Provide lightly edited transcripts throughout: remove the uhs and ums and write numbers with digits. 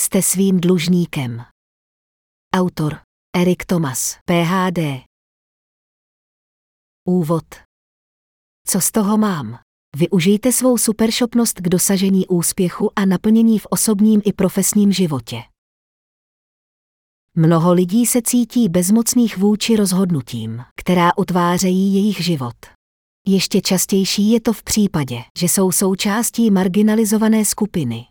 Jste svým dlužníkem. Autor Eric Thomas, PhD. Úvod. Co z toho mám? Využijte svou superschopnost k dosažení úspěchu a naplnění v osobním i profesním životě. Mnoho lidí se cítí bezmocných vůči rozhodnutím, která utvářejí jejich život. Ještě častější je to v případě, že jsou součástí marginalizované skupiny.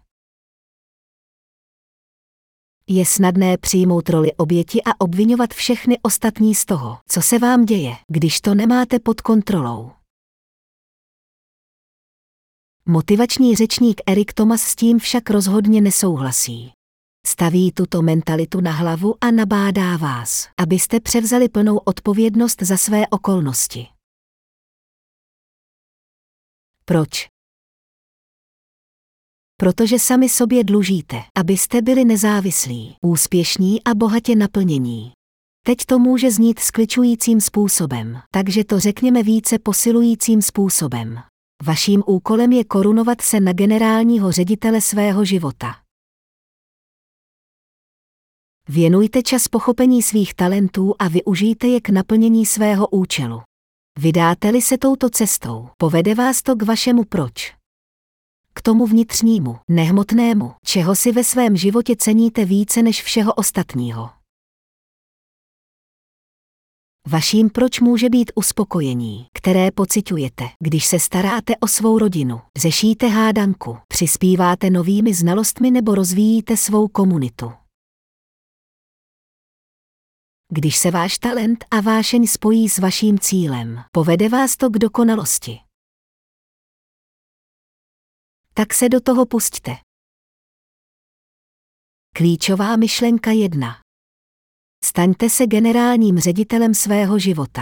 Je snadné přijmout roli oběti a obviňovat všechny ostatní z toho, co se vám děje, když to nemáte pod kontrolou. Motivační řečník Eric Thomas s tím však rozhodně nesouhlasí. Staví tuto mentalitu na hlavu a nabádá vás, abyste převzali plnou odpovědnost za své okolnosti. Proč? Protože sami sobě dlužíte, abyste byli nezávislí, úspěšní a bohatě naplnění. Teď to může znít skličujícím způsobem, takže to řekněme více posilujícím způsobem. Vaším úkolem je korunovat se na generálního ředitele svého života. Věnujte čas pochopení svých talentů a využijte je k naplnění svého účelu. Vydáte-li se touto cestou, povede vás to k vašemu proč. K tomu vnitřnímu, nehmotnému, čeho si ve svém životě ceníte více než všeho ostatního. Vaším proč může být uspokojení, které pociťujete, když se staráte o svou rodinu, řešíte hádanku, přispíváte novými znalostmi nebo rozvíjíte svou komunitu. Když se váš talent a vášeň spojí s vaším cílem, povede vás to k dokonalosti. Tak se do toho pusťte. Klíčová myšlenka 1. Staňte se generálním ředitelem svého života.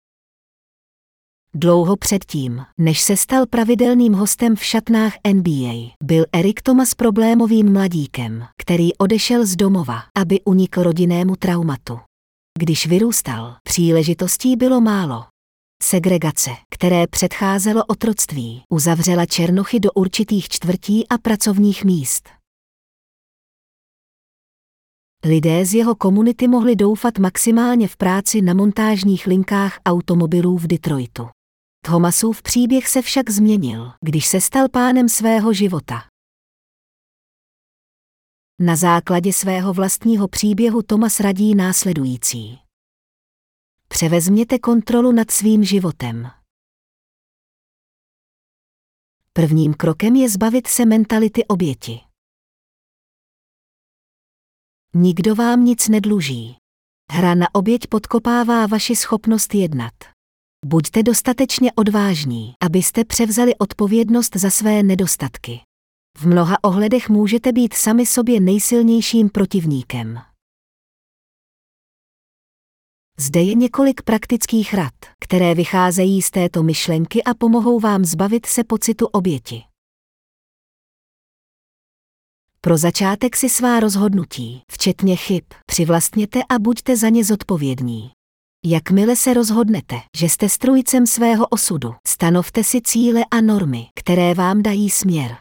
Dlouho předtím, než se stal pravidelným hostem v šatnách NBA, byl Eric Thomas problémovým mladíkem, který odešel z domova, aby unikl rodinnému traumatu. Když vyrůstal, příležitostí bylo málo. Segregace, které předcházelo otroctví, uzavřela černochy do určitých čtvrtí a pracovních míst. Lidé z jeho komunity mohli doufat maximálně v práci na montážních linkách automobilů v Detroitu. Thomasův příběh se však změnil, když se stal pánem svého života. Na základě svého vlastního příběhu Thomas radí následující. Převezměte kontrolu nad svým životem. Prvním krokem je zbavit se mentality oběti. Nikdo vám nic nedluží. Hra na oběť podkopává vaši schopnost jednat. Buďte dostatečně odvážní, abyste převzali odpovědnost za své nedostatky. V mnoha ohledech můžete být sami sobě nejsilnějším protivníkem. Zde je několik praktických rad, které vycházejí z této myšlenky a pomohou vám zbavit se pocitu oběti. Pro začátek si svá rozhodnutí, včetně chyb, přivlastněte a buďte za ně zodpovědní. Jakmile se rozhodnete, že jste strůjcem svého osudu, stanovte si cíle a normy, které vám dají směr.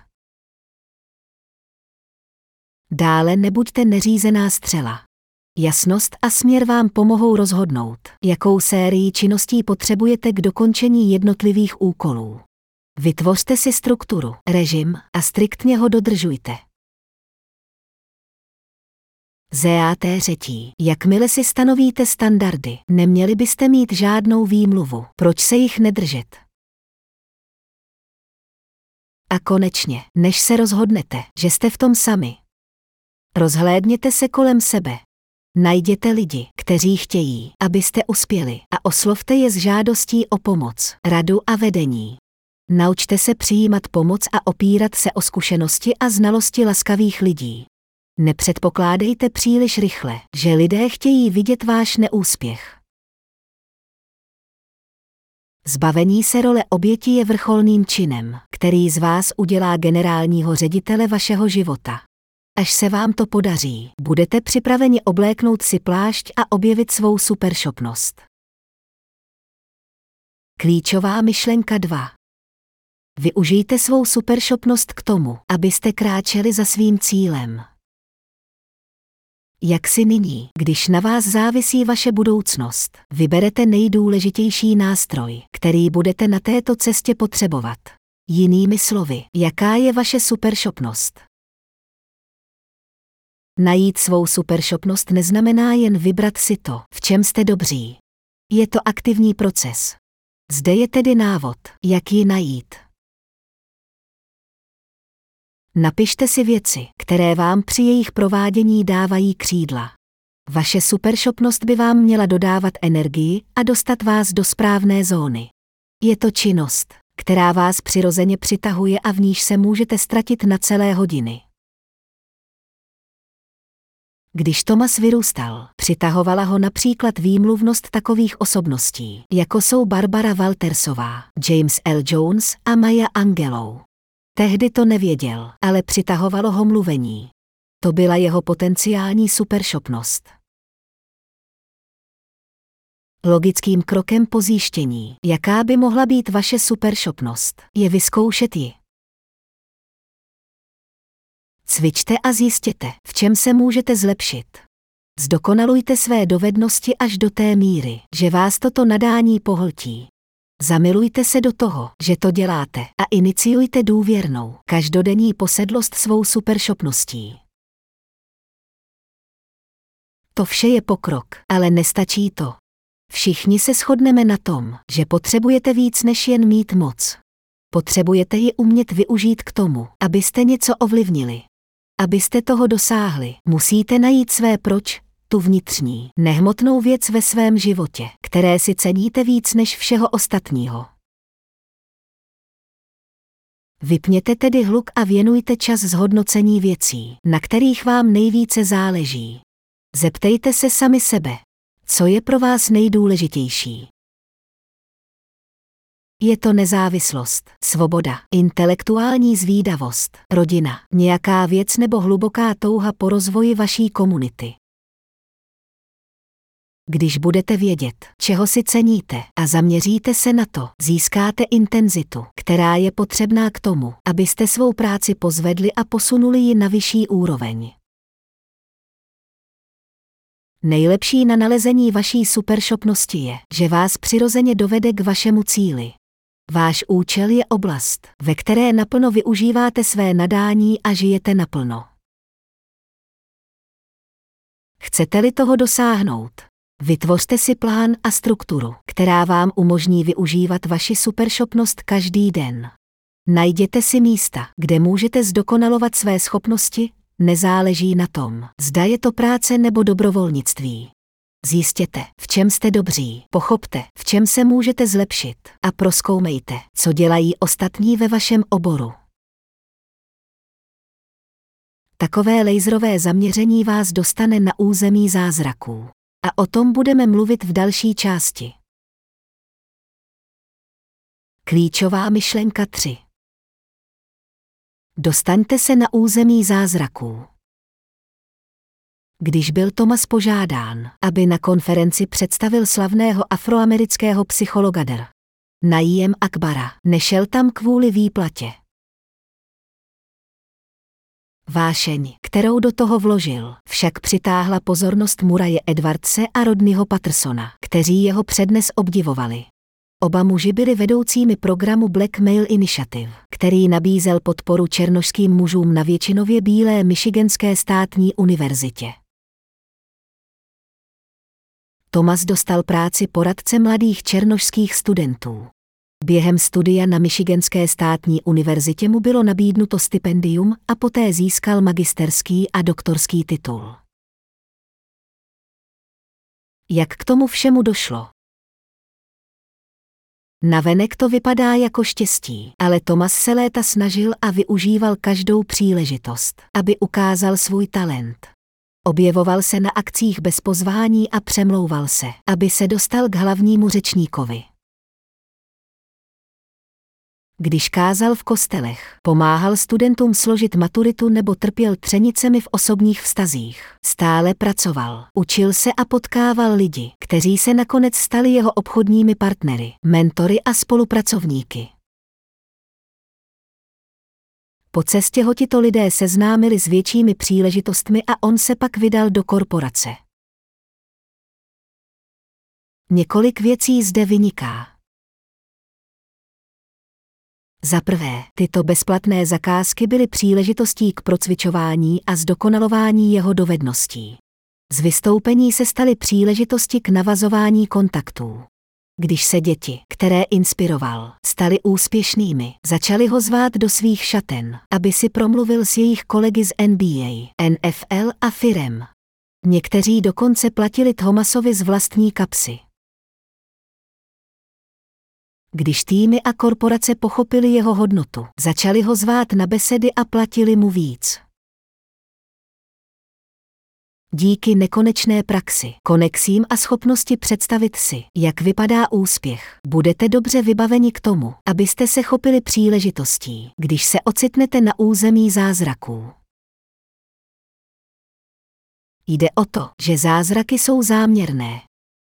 Dále nebuďte neřízená střela. Jasnost a směr vám pomohou rozhodnout, jakou sérii činností potřebujete k dokončení jednotlivých úkolů. Vytvořte si strukturu, režim a striktně ho dodržujte. ZAT řečí, jakmile si stanovíte standardy, neměli byste mít žádnou výmluvu, proč se jich nedržet. A konečně, než se rozhodnete, že jste v tom sami, rozhlédněte se kolem sebe. Najděte lidi, kteří chtějí, abyste uspěli, a oslovte je s žádostí o pomoc, radu a vedení. Naučte se přijímat pomoc a opírat se o zkušenosti a znalosti laskavých lidí. Nepředpokládejte příliš rychle, že lidé chtějí vidět váš neúspěch. Zbavení se role oběti je vrcholným činem, který z vás udělá generálního ředitele vašeho života. Až se vám to podaří, budete připraveni obléknout si plášť a objevit svou superschopnost. Klíčová myšlenka 2. Využijte svou superschopnost k tomu, abyste kráčeli za svým cílem. Jak si nyní, když na vás závisí vaše budoucnost, vyberete nejdůležitější nástroj, který budete na této cestě potřebovat? Jinými slovy, jaká je vaše superschopnost? Najít svou superschopnost neznamená jen vybrat si to, v čem jste dobří. Je to aktivní proces. Zde je tedy návod, jak ji najít. Napište si věci, které vám při jejich provádění dávají křídla. Vaše superschopnost by vám měla dodávat energii a dostat vás do správné zóny. Je to činnost, která vás přirozeně přitahuje a v níž se můžete ztratit na celé hodiny. Když Thomas vyrůstal, přitahovala ho například výmluvnost takových osobností, jako jsou Barbara Waltersová, James L. Jones a Maya Angelou. Tehdy to nevěděl, ale přitahovalo ho mluvení. To byla jeho potenciální superschopnost. Logickým krokem po zjištění, jaká by mohla být vaše superschopnost, je vyzkoušet ji. Cvičte a zjistěte, v čem se můžete zlepšit. Zdokonalujte své dovednosti až do té míry, že vás toto nadání pohltí. Zamilujte se do toho, že to děláte a iniciujte důvěrnou, každodenní posedlost svou superschopností. To vše je pokrok, ale nestačí to. Všichni se shodneme na tom, že potřebujete víc než jen mít moc. Potřebujete ji umět využít k tomu, abyste něco ovlivnili. Abyste toho dosáhli, musíte najít své proč, tu vnitřní, nehmotnou věc ve svém životě, které si ceníte víc než všeho ostatního. Vypněte tedy hluk a věnujte čas zhodnocení věcí, na kterých vám nejvíce záleží. Zeptejte se sami sebe, co je pro vás nejdůležitější. Je to nezávislost, svoboda, intelektuální zvídavost, rodina, nějaká věc nebo hluboká touha po rozvoji vaší komunity. Když budete vědět, čeho si ceníte a zaměříte se na to, získáte intenzitu, která je potřebná k tomu, abyste svou práci pozvedli a posunuli ji na vyšší úroveň. Nejlepší na nalezení vaší superschopnosti je, že vás přirozeně dovede k vašemu cíli. Váš účel je oblast, ve které naplno využíváte své nadání a žijete naplno. Chcete-li toho dosáhnout? Vytvořte si plán a strukturu, která vám umožní využívat vaši superschopnost každý den. Najděte si místa, kde můžete zdokonalovat své schopnosti, nezáleží na tom, zda je to práce nebo dobrovolnictví. Zjistěte, v čem jste dobří, pochopte, v čem se můžete zlepšit a prozkoumejte, co dělají ostatní ve vašem oboru. Takové laserové zaměření vás dostane na území zázraků. A o tom budeme mluvit v další části. Klíčová myšlenka 3. Dostaňte se na území zázraků. Když byl Thomas požádán, aby na konferenci představil slavného afroamerického psychologa Dr. Najem Akbara, nešel tam kvůli výplatě. Vášeň, kterou do toho vložil, však přitáhla pozornost Muraye Edwardse a Rodneyho Pattersona, kteří jeho přednes obdivovali. Oba muži byli vedoucími programu Black Male Initiative, který nabízel podporu černošským mužům na většinově bílé Michiganské státní univerzitě. Thomas dostal práci poradce mladých černošských studentů. Během studia na Michiganské státní univerzitě mu bylo nabídnuto stipendium a poté získal magisterský a doktorský titul. Jak k tomu všemu došlo? Navenek to vypadá jako štěstí, ale Thomas se léta snažil a využíval každou příležitost, aby ukázal svůj talent. Objevoval se na akcích bez pozvání a přemlouval se, aby se dostal k hlavnímu řečníkovi. Když kázal v kostelech, pomáhal studentům složit maturitu nebo trpěl třenicemi v osobních vztazích. Stále pracoval, učil se a potkával lidi, kteří se nakonec stali jeho obchodními partnery, mentory a spolupracovníky. Po cestě ho tito lidé seznámili s většími příležitostmi a on se pak vydal do korporace. Několik věcí zde vyniká. Za prvé, tyto bezplatné zakázky byly příležitostí k procvičování a zdokonalování jeho dovedností. Z vystoupení se staly příležitosti k navazování kontaktů. Když se děti, které inspiroval, staly úspěšnými, začali ho zvát do svých šaten, aby si promluvil s jejich kolegy z NBA, NFL a firem. Někteří dokonce platili Thomasovi z vlastní kapsy. Když týmy a korporace pochopili jeho hodnotu, začali ho zvát na besedy a platili mu víc. Díky nekonečné praxi, konexím a schopnosti představit si, jak vypadá úspěch, budete dobře vybaveni k tomu, abyste se chopili příležitostí, když se ocitnete na území zázraků. Jde o to, že zázraky jsou záměrné.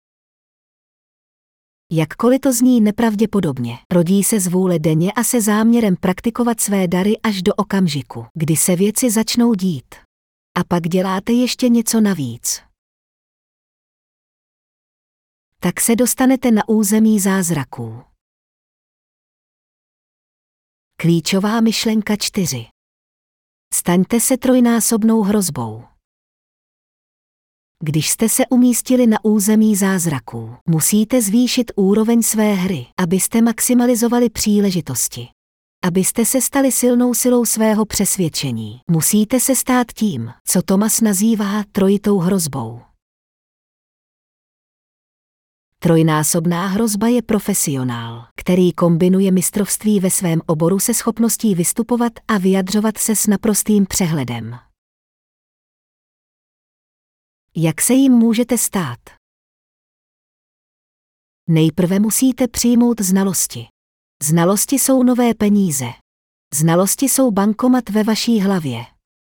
Jakkoliv to zní nepravděpodobně, rodí se z vůle denně a se záměrem praktikovat své dary až do okamžiku, kdy se věci začnou dít. A pak děláte ještě něco navíc. Tak se dostanete na území zázraků. Klíčová myšlenka 4. Staňte se trojnásobnou hrozbou. Když jste se umístili na území zázraků, musíte zvýšit úroveň své hry, abyste maximalizovali příležitosti. Abyste se stali silnou silou svého přesvědčení, musíte se stát tím, co Thomas nazývá trojitou hrozbou. Trojnásobná hrozba je profesionál, který kombinuje mistrovství ve svém oboru se schopností vystupovat a vyjadřovat se s naprostým přehledem. Jak se jim můžete stát? Nejprve musíte přijmout znalosti. Znalosti jsou nové peníze. Znalosti jsou bankomat ve vaší hlavě.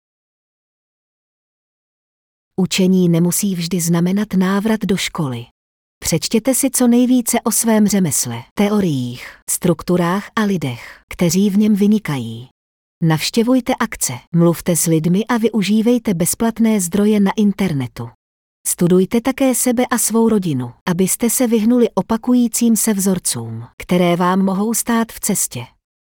Učení nemusí vždy znamenat návrat do školy. Přečtěte si co nejvíce o svém řemesle, teoriích, strukturách a lidech, kteří v něm vynikají. Navštěvujte akce, mluvte s lidmi a využívejte bezplatné zdroje na internetu. Studujte také sebe a svou rodinu, abyste se vyhnuli opakujícím se vzorcům, které vám mohou stát v cestě.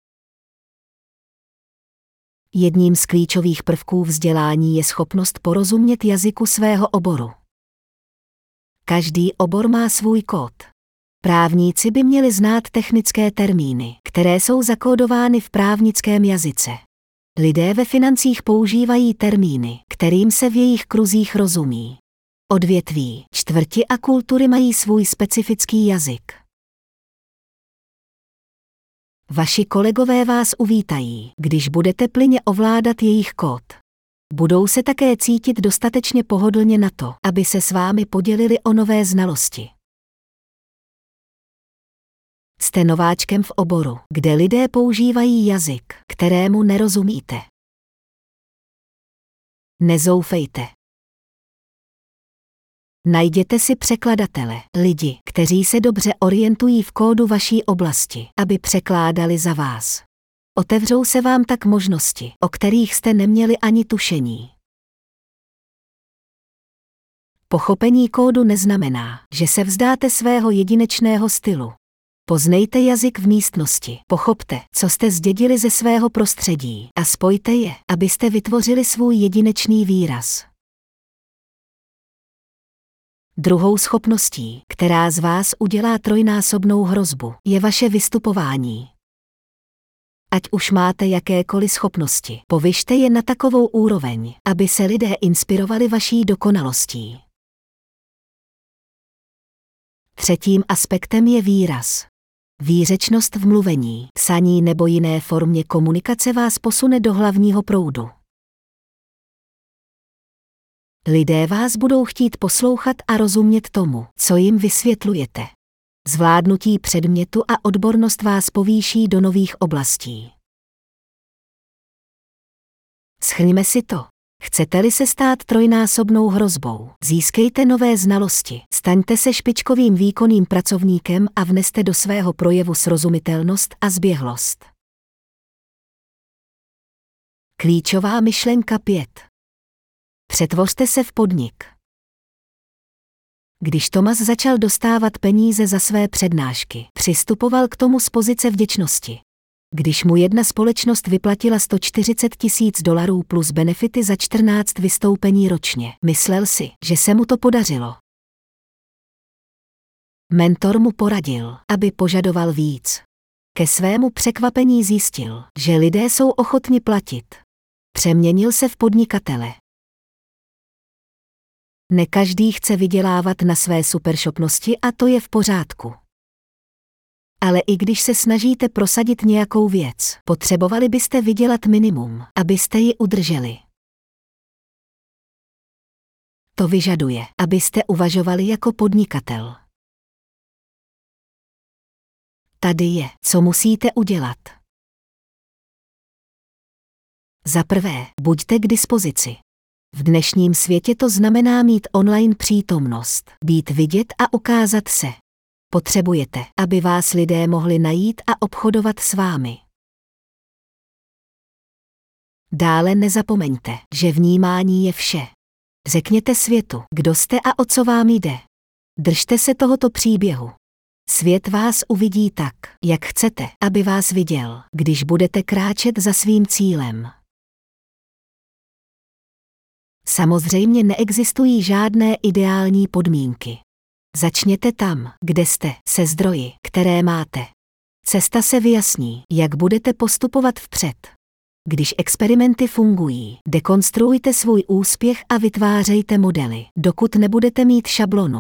Jedním z klíčových prvků vzdělání je schopnost porozumět jazyku svého oboru. Každý obor má svůj kód. Právníci by měli znát technické termíny, které jsou zakódovány v právnickém jazyce. Lidé ve financích používají termíny, kterým se v jejich kruzích rozumí. Odvětví, čtvrti a kultury mají svůj specifický jazyk. Vaši kolegové vás uvítají, když budete plynně ovládat jejich kód. Budou se také cítit dostatečně pohodlně na to, aby se s vámi podělili o nové znalosti. Jste nováčkem v oboru, kde lidé používají jazyk, kterému nerozumíte. Nezoufejte. Najděte si překladatele, lidi, kteří se dobře orientují v kódu vaší oblasti, aby překládali za vás. Otevřou se vám tak možnosti, o kterých jste neměli ani tušení. Pochopení kódu neznamená, že se vzdáte svého jedinečného stylu. Poznejte jazyk v místnosti, pochopte, co jste zdědili ze svého prostředí a spojte je, abyste vytvořili svůj jedinečný výraz. Druhou schopností, která z vás udělá trojnásobnou hrozbu, je vaše vystupování. Ať už máte jakékoliv schopnosti, povyšte je na takovou úroveň, aby se lidé inspirovali vaší dokonalostí. Třetím aspektem je výraz. Výřečnost v mluvení, psaní nebo jiné formě komunikace vás posune do hlavního proudu. Lidé vás budou chtít poslouchat a rozumět tomu, co jim vysvětlujete. Zvládnutí předmětu a odbornost vás povýší do nových oblastí. Shrňme si to. Chcete-li se stát trojnásobnou hrozbou, získejte nové znalosti, staňte se špičkovým výkonným pracovníkem a vneste do svého projevu srozumitelnost a zběhlost. Klíčová myšlenka 5. Přetvořte se v podnik. Když Thomas začal dostávat peníze za své přednášky, přistupoval k tomu z pozice vděčnosti. Když mu jedna společnost vyplatila $140,000 plus benefity za 14 vystoupení ročně, myslel si, že se mu to podařilo. Mentor mu poradil, aby požadoval víc. Ke svému překvapení zjistil, že lidé jsou ochotni platit. Přeměnil se v podnikatele. Ne každý chce vydělávat na své superschopnosti a to je v pořádku. Ale i když se snažíte prosadit nějakou věc, potřebovali byste vydělat minimum, abyste ji udrželi. To vyžaduje, abyste uvažovali jako podnikatel. Tady je, co musíte udělat. Za prvé, buďte k dispozici. V dnešním světě to znamená mít online přítomnost, být vidět a ukázat se. Potřebujete, aby vás lidé mohli najít a obchodovat s vámi. Dále nezapomeňte, že vnímání je vše. Řekněte světu, kdo jste a o co vám jde. Držte se tohoto příběhu. Svět vás uvidí tak, jak chcete, aby vás viděl, když budete kráčet za svým cílem. Samozřejmě neexistují žádné ideální podmínky. Začněte tam, kde jste, se zdroji, které máte. Cesta se vyjasní, jak budete postupovat vpřed. Když experimenty fungují, dekonstruujte svůj úspěch a vytvářejte modely, dokud nebudete mít šablonu.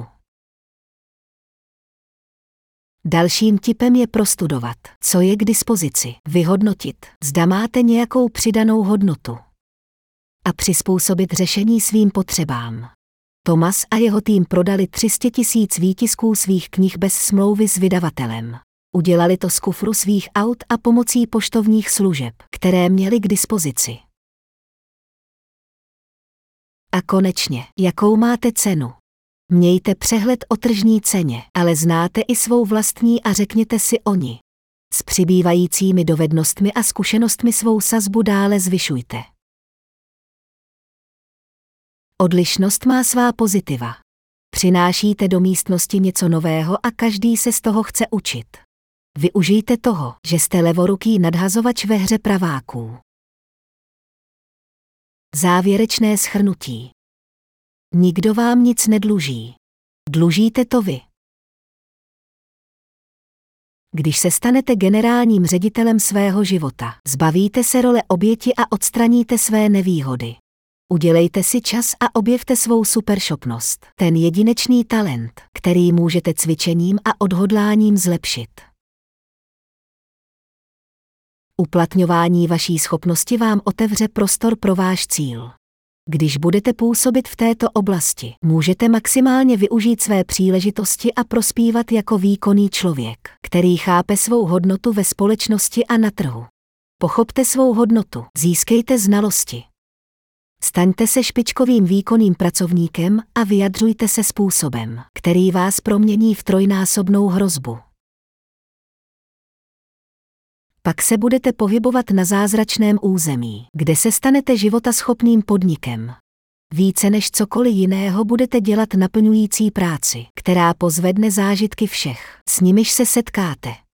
Dalším tipem je prostudovat, co je k dispozici, vyhodnotit, zda máte nějakou přidanou hodnotu a přizpůsobit řešení svým potřebám. Thomas a jeho tým prodali 300 000 výtisků svých knih bez smlouvy s vydavatelem. Udělali to z kufru svých aut a pomocí poštovních služeb, které měli k dispozici. A konečně, jakou máte cenu? Mějte přehled o tržní ceně, ale znáte i svou vlastní a řekněte si o ní. S přibývajícími dovednostmi a zkušenostmi svou sazbu dále zvyšujte. Odlišnost má svá pozitiva. Přinášíte do místnosti něco nového a každý se z toho chce učit. Využijte toho, že jste levoruký nadhazovač ve hře praváků. Závěrečné shrnutí. Nikdo vám nic nedluží. Dlužíte to vy. Když se stanete generálním ředitelem svého života, zbavíte se role oběti a odstraníte své nevýhody. Udělejte si čas a objevte svou superschopnost, ten jedinečný talent, který můžete cvičením a odhodláním zlepšit. Uplatňování vaší schopnosti vám otevře prostor pro váš cíl. Když budete působit v této oblasti, můžete maximálně využít své příležitosti a prospívat jako výkonný člověk, který chápe svou hodnotu ve společnosti a na trhu. Pochopte svou hodnotu, získejte znalosti. Staňte se špičkovým výkonným pracovníkem a vyjadřujte se způsobem, který vás promění v trojnásobnou hrozbu. Pak se budete pohybovat na zázračném území, kde se stanete životaschopným podnikem. Více než cokoliv jiného budete dělat naplňující práci, která pozvedne zážitky všech, s nimiž se setkáte.